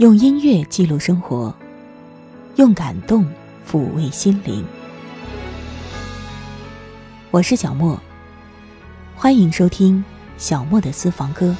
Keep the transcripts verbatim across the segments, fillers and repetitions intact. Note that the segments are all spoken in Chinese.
用音乐记录生活，用感动抚慰心灵。我是小莫，欢迎收听小莫的私房歌。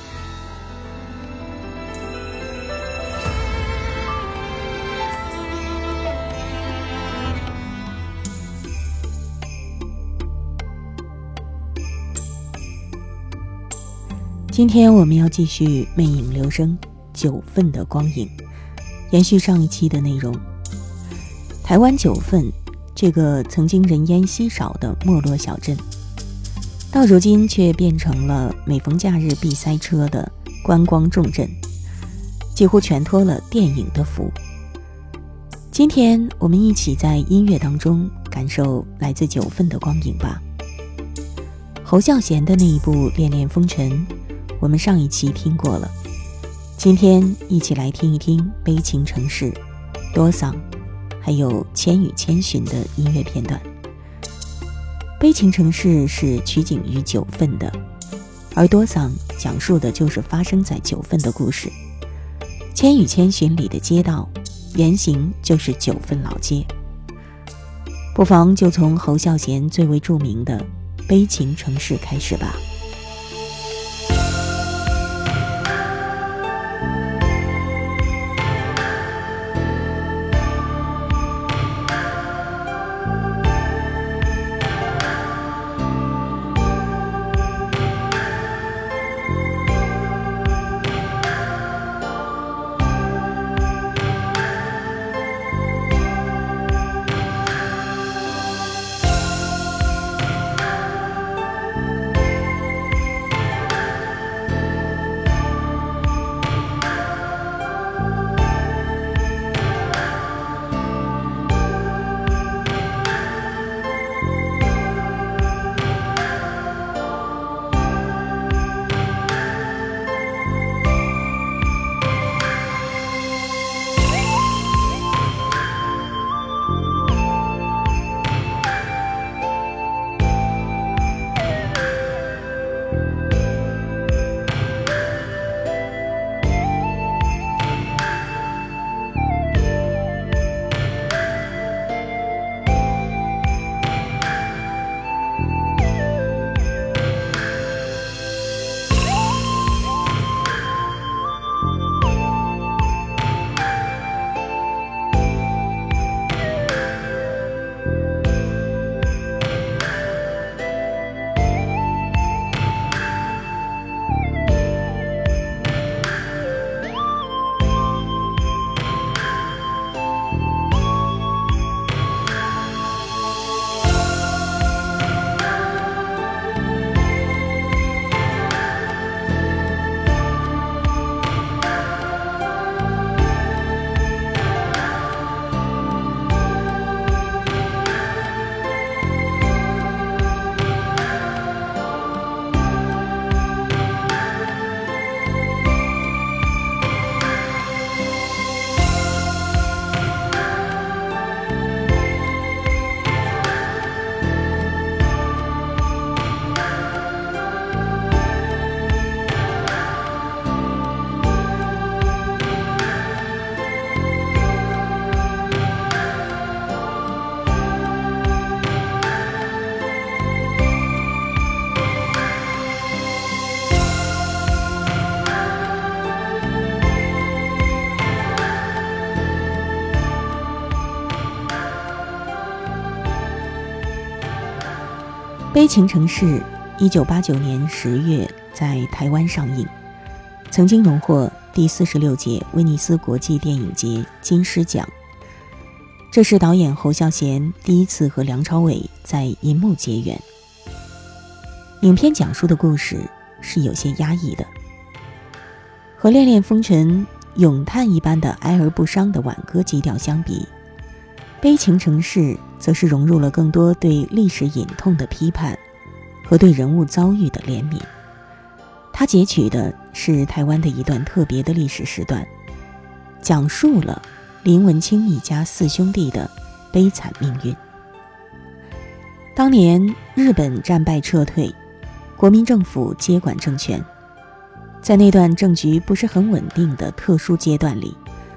今天我们要继续魅影留声九份的光影，延续上一期的内容。台湾九份这个曾经人烟稀少的没落小镇，到如今却变成了每逢假日必塞车的观光重镇，几乎全托了电影的福。今天我们一起在音乐当中感受来自九份的光影吧。侯孝贤的那一部《恋恋风尘》我们上一期听过了，今天一起来听一听《悲情城市》、多桑还有《千与千寻》的音乐片段。《悲情城市》是取景于九份的，而多桑讲述的就是发生在九份的故事。《千与千寻》里的街道原型就是九份老街。不妨就从侯孝贤最为著名的《悲情城市》开始吧。《悲情城市》一九八九年十月在台湾上映，曾经荣获第四十六届威尼斯国际电影节金狮奖。这是导演侯孝贤第一次和梁朝伟在银幕结缘。影片讲述的故事是有些压抑的，和《恋恋风尘》咏叹一般的哀而不伤的挽歌基调相比，《悲情城市》则是融入了更多对历史隐痛的批判和对人物遭遇的怜悯。它截取的是台湾的一段特别的历史时段，讲述了林文清一家四兄弟的悲惨命运。当年日本战败撤退，国民政府接管政权，在那段政局不是很稳定的特殊阶段里，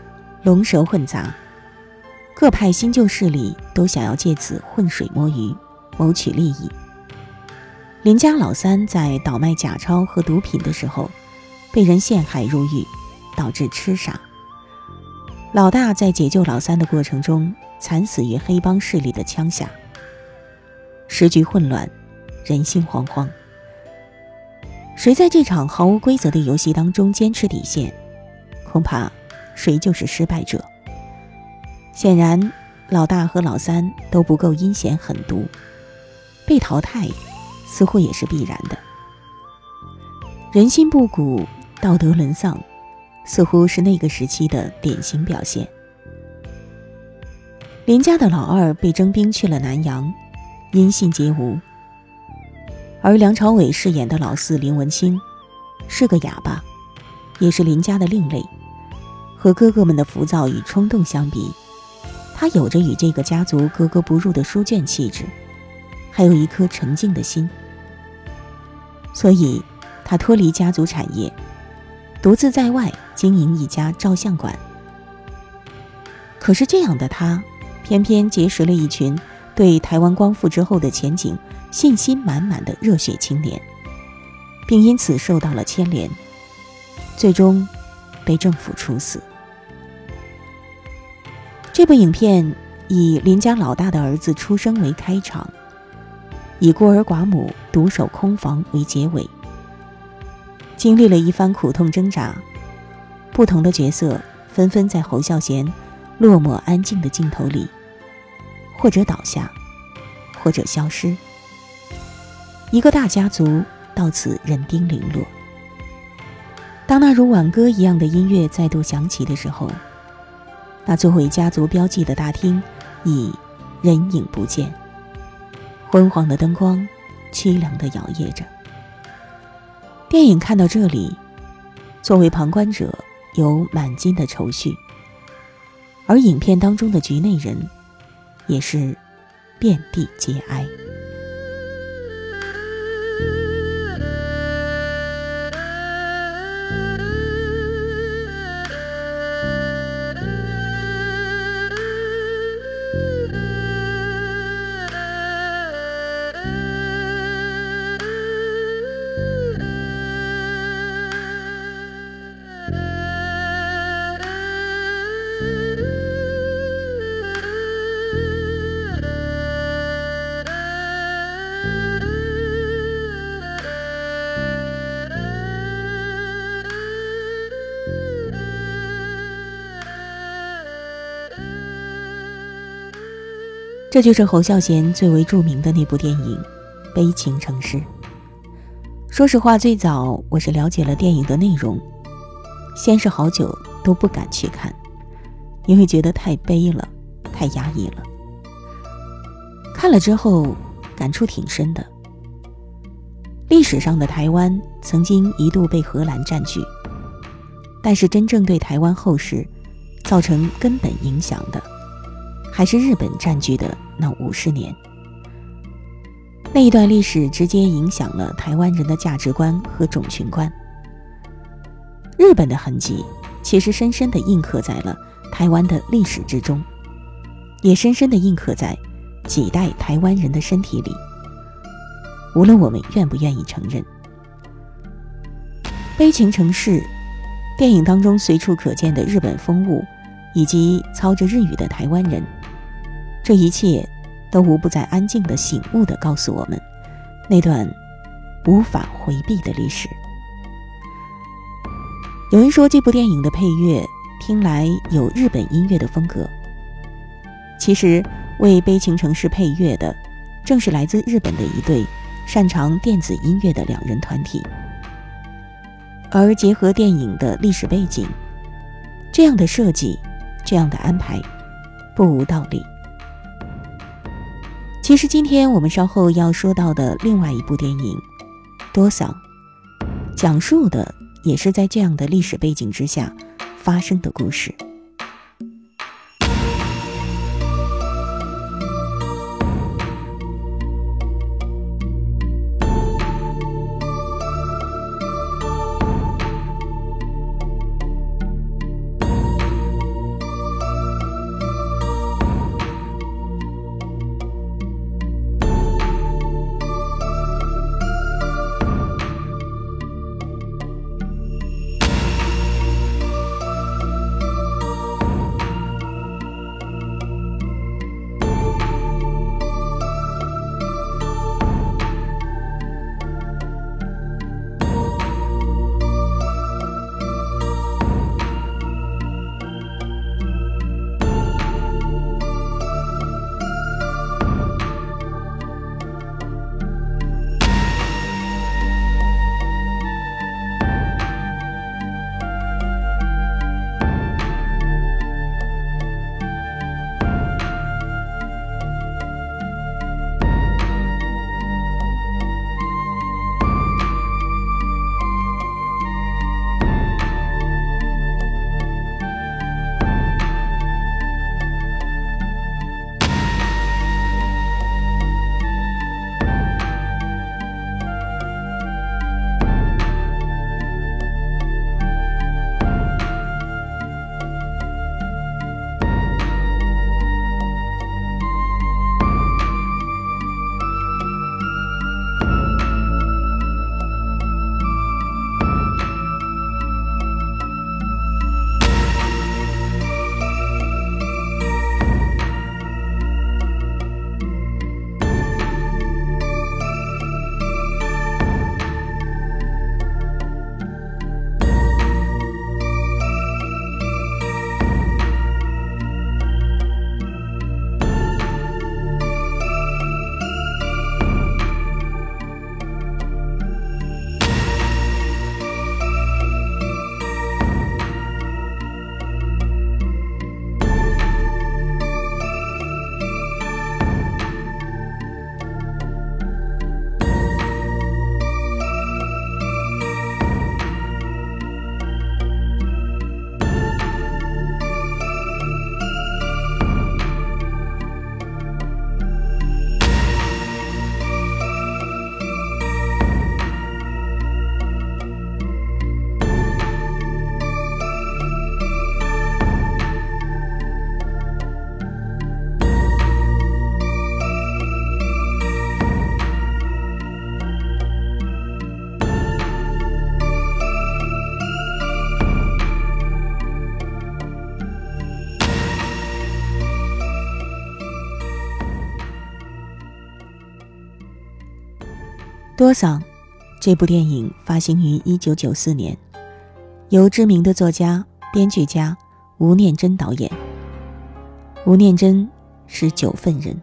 龙蛇混杂，各派新旧势力都想要借此浑水摸鱼，谋取利益。林家老三在倒卖假钞和毒品的时候，被人陷害入狱，导致痴傻。老大在解救老三的过程中，惨死于黑帮势力的枪下。时局混乱，人心惶惶。谁在这场毫无规则的游戏当中坚持底线，恐怕谁就是失败者。显然，老大和老三都不够阴险狠毒，被淘汰似乎也是必然的。人心不古，道德沦丧，似乎是那个时期的典型表现。林家的老二被征兵去了南阳，音信皆无。而梁朝伟饰演的老四林文清是个哑巴，也是林家的另类。和哥哥们的浮躁与冲动相比，他有着与这个家族格格不入的书卷气质，还有一颗沉静的心。所以他脱离家族产业，独自在外经营一家照相馆。可是这样的他，偏偏结识了一群对台湾光复之后的前景信心满满的热血青年，并因此受到了牵连，最终被政府处死。这部影片以林家老大的儿子出生为开场，以孤儿寡母独守空房为结尾。经历了一番苦痛挣扎，不同的角色纷纷在侯孝贤落寞安静的镜头里，或者倒下，或者消失。一个大家族到此人丁零落。当那如挽歌一样的音乐再度响起的时候，那作为家族标记的大厅已人影不见，昏黄的灯光凄凉地摇曳着。电影看到这里，作为旁观者有满襟的愁绪，而影片当中的局内人也是遍地皆哀。这就是侯孝贤最为著名的那部电影《悲情城市》。说实话，最早我是了解了电影的内容，先是好久都不敢去看，因为觉得太悲了，太压抑了。看了之后感触挺深的。历史上的台湾曾经一度被荷兰占据，但是真正对台湾后世造成根本影响的，还是日本占据的那五十年。那一段历史直接影响了台湾人的价值观和种群观。日本的痕迹其实深深地印刻在了台湾的历史之中，也深深地印刻在几代台湾人的身体里，无论我们愿不愿意承认。悲情城市电影当中随处可见的日本风物，以及操着日语的台湾人，这一切都无不在安静地醒悟地告诉我们那段无法回避的历史。有人说这部电影的配乐听来有日本音乐的风格，其实为悲情城市配乐的正是来自日本的一对擅长电子音乐的两人团体。而结合电影的历史背景，这样的设计，这样的安排不无道理。其实今天我们稍后要说到的另外一部电影《多桑》，讲述的也是在这样的历史背景之下发生的故事。 多桑这部电影发行于一九九四年，由知名的作家、编剧家吴念真导演。吴念真是九份人。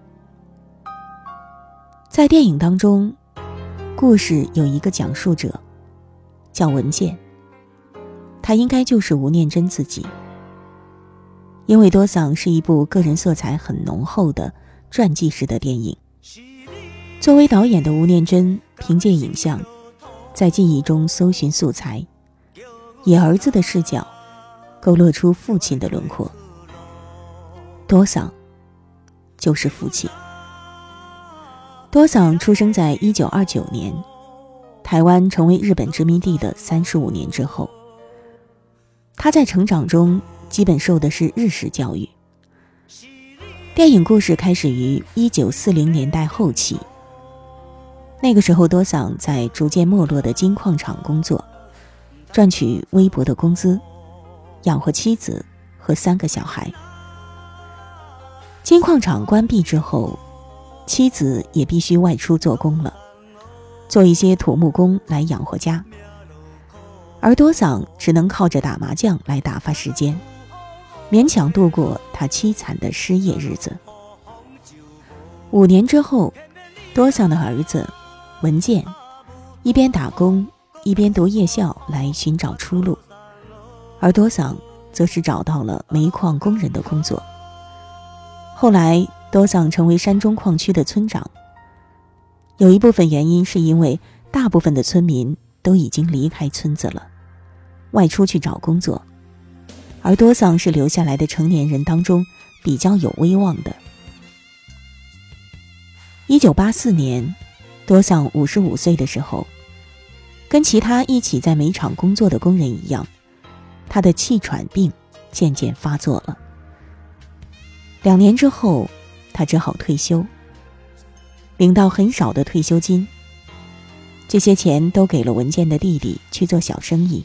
在电影当中，故事有一个讲述者，叫文健，他应该就是吴念真自己。因为多桑是一部个人色彩很浓厚的传记式的电影，作为导演的吴念真凭借影像在记忆中搜寻素材，以儿子的视角勾勒出父亲的轮廓。多桑就是父亲。多桑出生在一九二九年，台湾成为日本殖民地的三十五年之后。他在成长中基本受的是日式教育。电影故事开始于一九四零年代后期，那个时候多桑在逐渐没落的金矿厂工作，赚取微薄的工资，养活妻子和三个小孩。金矿厂关闭之后，妻子也必须外出做工了，做一些土木工来养活家，而多桑只能靠着打麻将来打发时间，勉强度过他凄惨的失业日子。五年之后，多桑的儿子文健一边打工一边读夜校来寻找出路，而多桑则是找到了煤矿工人的工作。后来多桑成为山中矿区的村长，有一部分原因是因为大部分的村民都已经离开村子了，外出去找工作，而多桑是留下来的成年人当中比较有威望的。一九八四年，多桑五十五岁的时候，跟其他一起在煤厂工作的工人一样，他的气喘病渐渐发作了。两年之后，他只好退休，领到很少的退休金，这些钱都给了文健的弟弟去做小生意。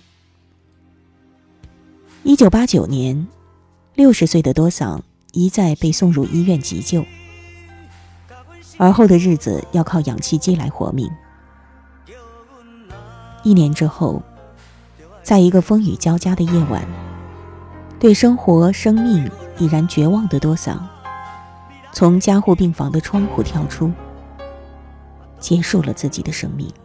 一九八九年，六十岁的多桑一再被送入医院急救，而后的日子要靠氧气机来活命。一年之后，在一个风雨交加的夜晚，对生活生命已然绝望的多桑从加护病房的窗户跳出，结束了自己的生命。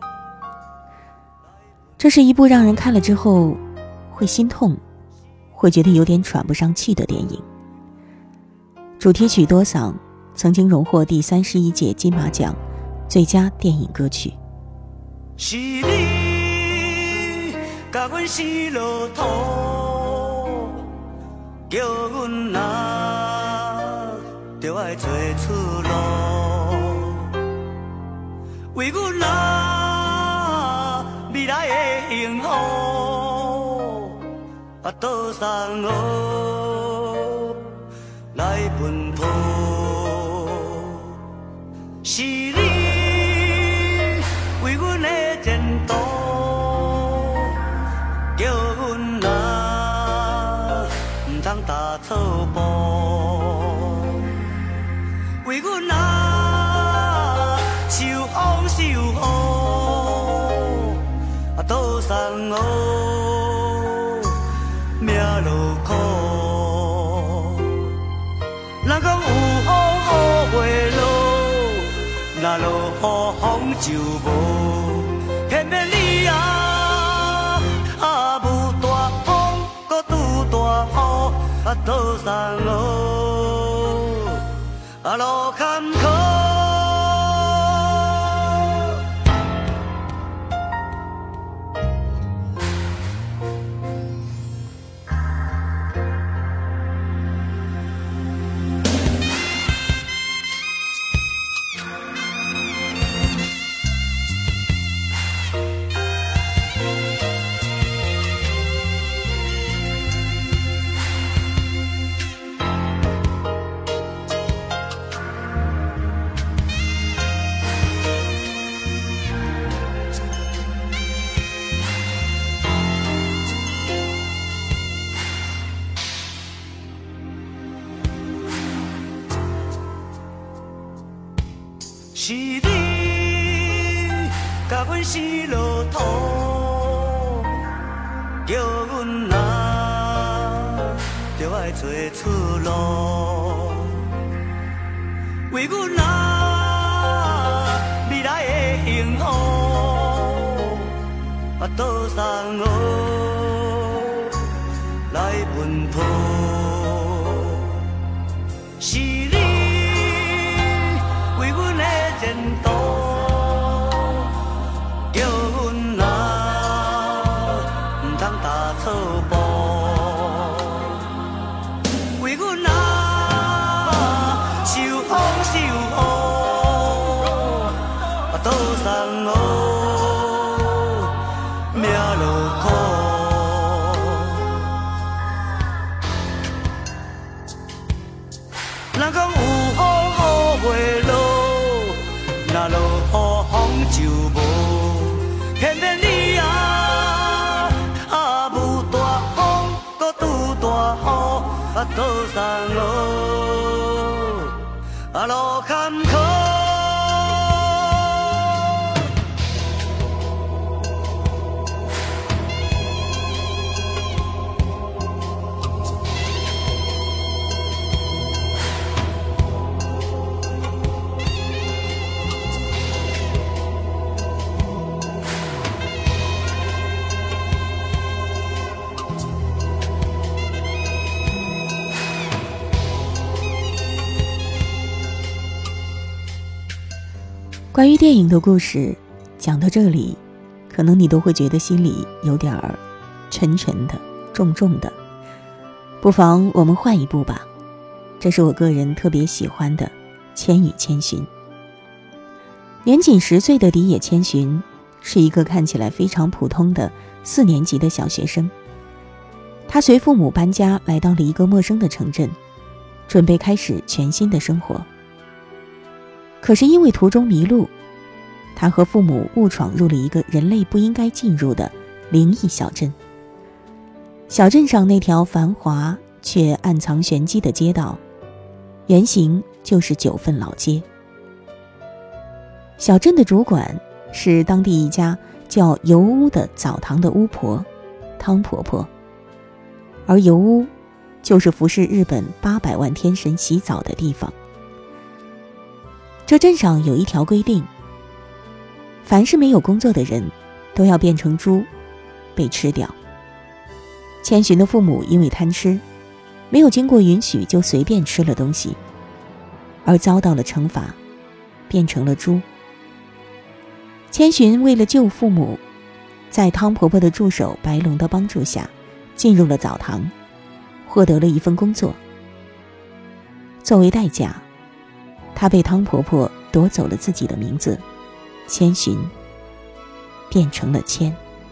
这是一部让人看了之后会心痛，会觉得有点喘不上气的电影。主题曲多桑曾经荣获第三十一届金马奖最佳电影歌曲。 是你甲阮生落土，叫阮啊着爱找出路，为阮啊未来的幸福啊多桑哦来奔波。是你为阮的前途，叫阮啊唔通踏错步，为阮啊受风受雨啊多桑哦命落苦。人讲有风雨袂落，若落雨风就无，偏偏你啊啊有大风，搁拄大雨啊多桑哦啊路坎坷。 生落土，叫阮啊，着爱找出路，为阮啊未来的幸福，啊倒送我来奔波，是你为阮的前途。错步，为阮啊受风受雨，啊倒送我命落苦。人讲有风无袂落，若落雨风就无，偏偏你啊。啊，倒送我啊路坎坷。 关于电影的故事讲到这里，可能你都会觉得心里有点儿沉沉的、重重的，不妨我们换一部吧。这是我个人特别喜欢的《千与千寻》。年仅十岁的荻野千寻是一个看起来非常普通的四年级的小学生，他随父母搬家来到了一个陌生的城镇，准备开始全新的生活。可是因为途中迷路，他和父母误闯入了一个人类不应该进入的灵异小镇。小镇上那条繁华却暗藏玄机的街道，原型就是九份老街。小镇的主管是当地一家叫油屋的澡堂的巫婆汤婆婆，而油屋就是服侍日本八百万天神洗澡的地方。这镇上有一条规定，凡是没有工作的人都要变成猪被吃掉。千寻的父母因为贪吃，没有经过允许就随便吃了东西，而遭到了惩罚，变成了猪。千寻为了救父母，在汤婆婆的助手白龙的帮助下进入了澡堂，获得了一份工作。作为代价，她被汤婆婆夺走了自己的名字千寻，变成了千。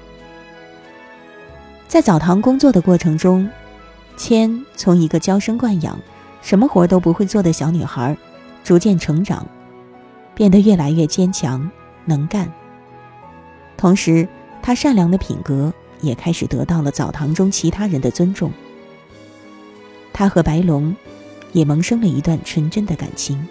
在澡堂工作的过程中，千从一个娇生惯养、什么活都不会做的小女孩逐渐成长，变得越来越坚强能干。同时她善良的品格也开始得到了澡堂中其他人的尊重。她和白龙也萌生了一段纯真的感情。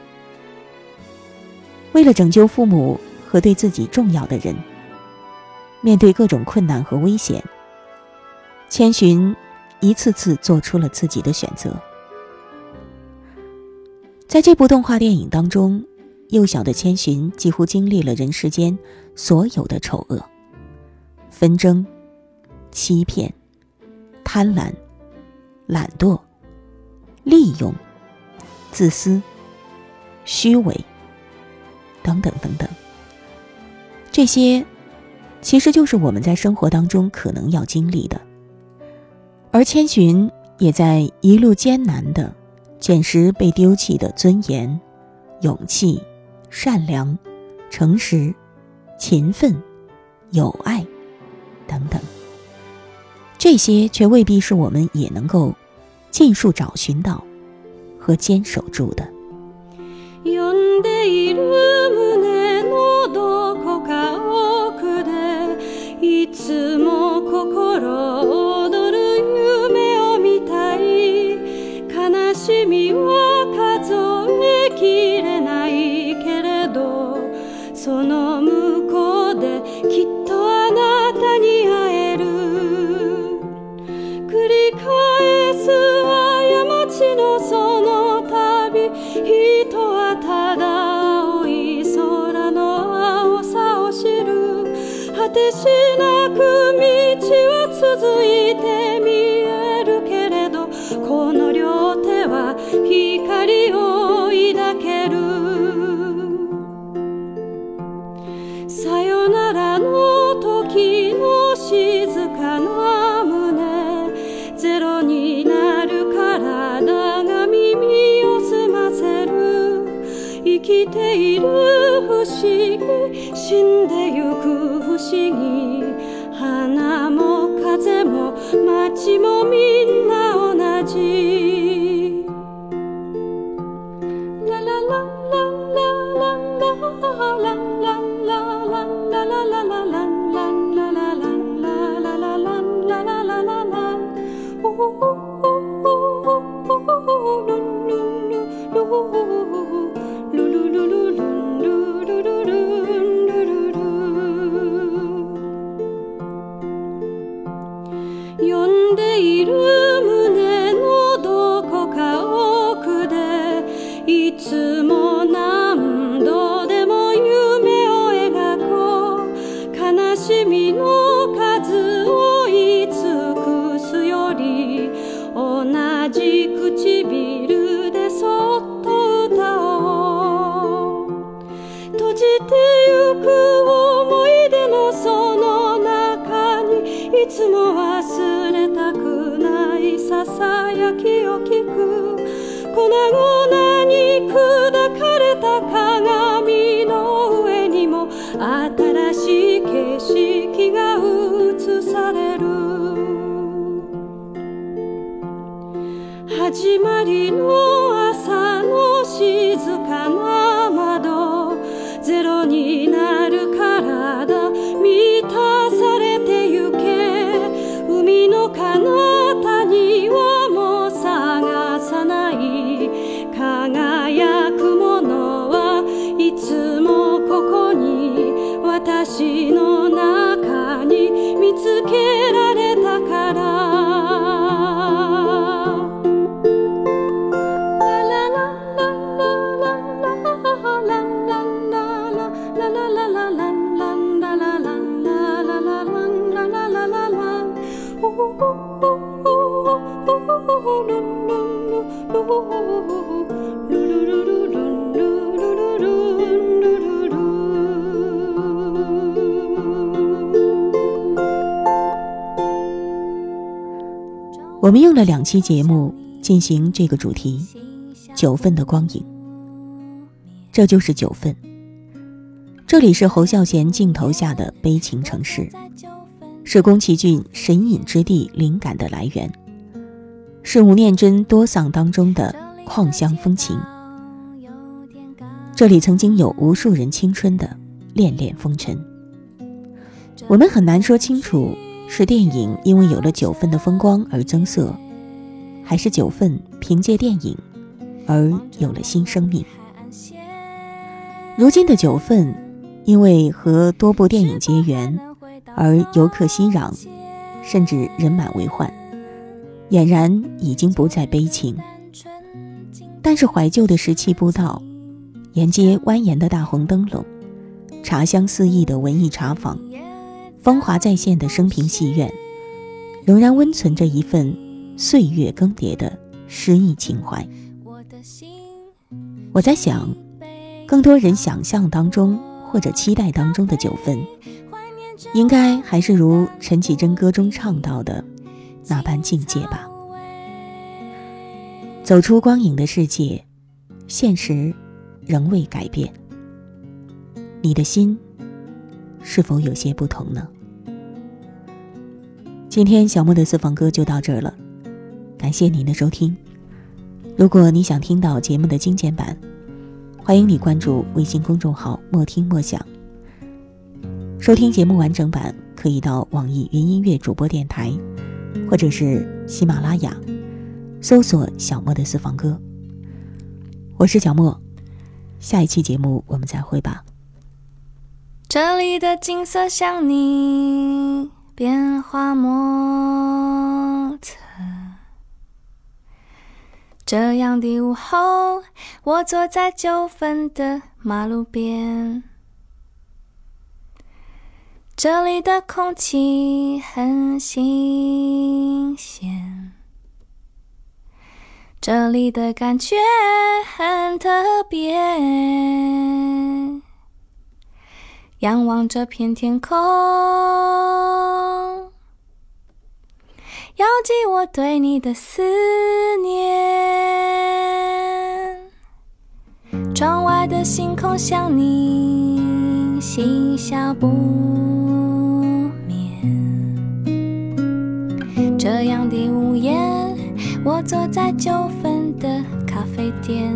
为了拯救父母和对自己重要的人，面对各种困难和危险，千寻一次次做出了自己的选择。在这部动画电影当中，幼小的千寻几乎经历了人世间所有的丑恶：纷争、欺骗、贪婪、懒惰、利用、自私、虚伪等等等等。这些其实就是我们在生活当中可能要经历的，而千寻也在一路艰难的捡拾被丢弃的尊严、勇气、善良、诚实、勤奋、友爱等等，这些却未必是我们也能够尽数找寻到和坚守住的。 呼んでいる胸のどこか奥でいつも心躍る夢を見たい。悲しみは数えきれないけれどその向こうで果てしなく道は続いて見えるけれど、この両手は光を抱ける。さよならの時の静かな胸、ゼロになる体が耳を澄ませる。生きている不思議、死んでゆく不思議、花も風も街もみんな同じ。ララララララララララララララララ呼んでいる胸のどこか奥で、いつも何度でも夢を描こう。悲しみの数を言い尽くすより、同じ唇でそっと歌おう。閉じてゆく思い出のその中に、いつも忘れたくないささやきを聞く。粉々に砕かれた鏡の上にも新しい景色が映される。始まりの朝の静かな窓、ゼロになる体満たされてゆけ。海の彼方にはもう探さない。輝くものはいつもここに、私の中に見つけられたから。 我们用了两期节目进行这个主题，九份的光影。这就是九份，这里是侯孝贤镜头下的悲情城市，是宫崎骏神隐之地灵感的来源，是吴念真多丧当中的旷乡风情。这里曾经有无数人青春的恋恋风尘。我们很难说清楚，是电影因为有了九份的风光而增色，还是九份凭借电影而有了新生命。如今的九份因为和多部电影结缘而游客熙攘，甚至人满为患，俨然已经不再悲情。但是怀旧的石岐步道，沿街蜿蜒的大红灯笼，茶香四溢的文艺茶坊，风华再现的升平戏院，仍然温存着一份岁月更迭的诗意情怀。我在想，更多人想象当中或者期待当中的九份，应该还是如陈绮贞歌中唱到的那般境界吧。走出光影的世界，现实仍未改变，你的心是否有些不同呢？今天小莫的私房歌就到这儿了，感谢您的收听。如果你想听到节目的精简版，欢迎你关注微信公众号莫听莫想。收听节目完整版可以到网易云音乐主播电台或者是喜马拉雅搜索小莫的私房歌。我是小莫，下一期节目我们再会吧。 这里的景色像你变化莫测，这样的午后，我坐在九份的马路边， 这里的空气很新鲜，这里的感觉很特别。仰望这片天空，遥寄我对你的思念。窗外的星空像你嬉笑不眠，这样的午夜，我坐在九份的咖啡店。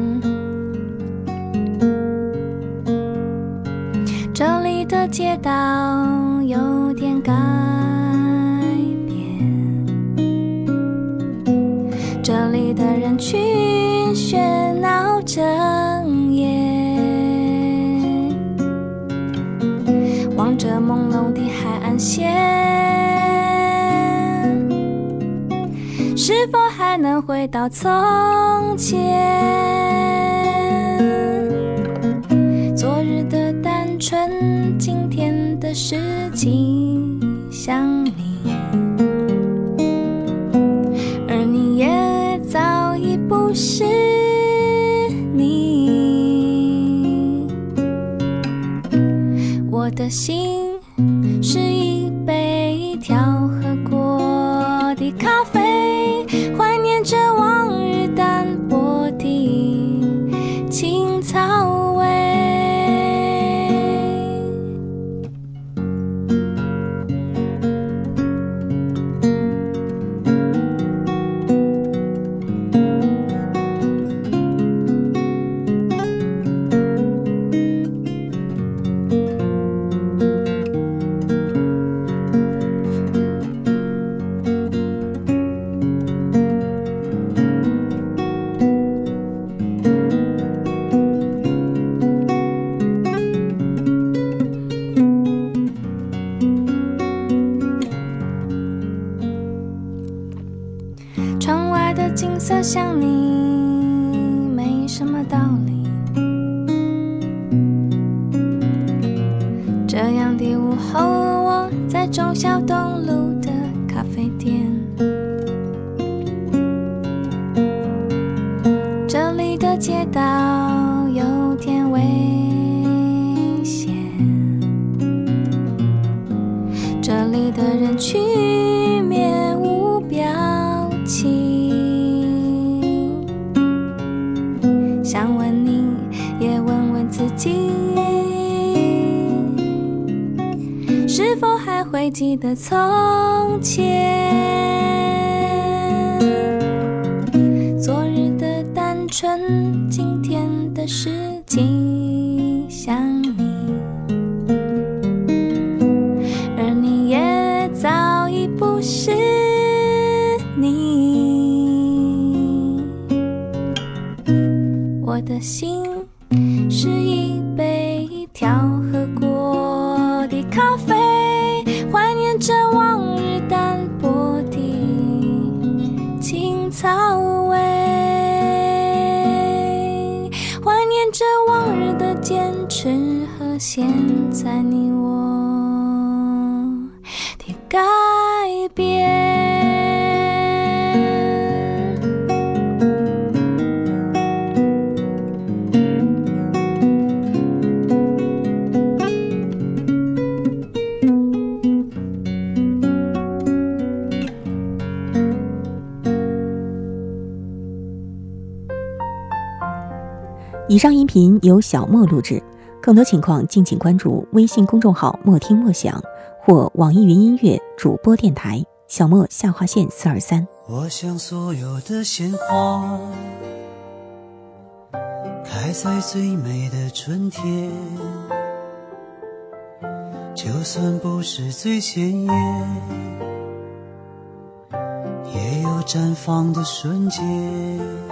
这里的街道有点改变，这里的人群喧闹整夜，望着朦胧的海岸线，是否还能回到从前？昨日的单纯，今天的事情像你，而你也早已不是你。我的心是一杯调和过的咖啡，怀念着往日淡薄的青草味。窗外的景色像你，没什么道理。这样的午后，我在忠孝东路的咖啡店。这里的街道有点危险，这里的人群面无表想问你，也问问自己，是否还会记得从前？昨日的单纯，今天的事情像你，而你也早已不是你。我的心是一杯调和过的咖啡，怀念着往日淡薄的青草味，怀念着往日的坚持和现在你我的改变。 以上音频由小莫录制，更多情况敬请关注微信公众号莫听莫想或网易云音乐主播电台小莫下划线四二三。 我想所有的鲜花开在最美的春天，就算不是最鲜艳，也有绽放的瞬间。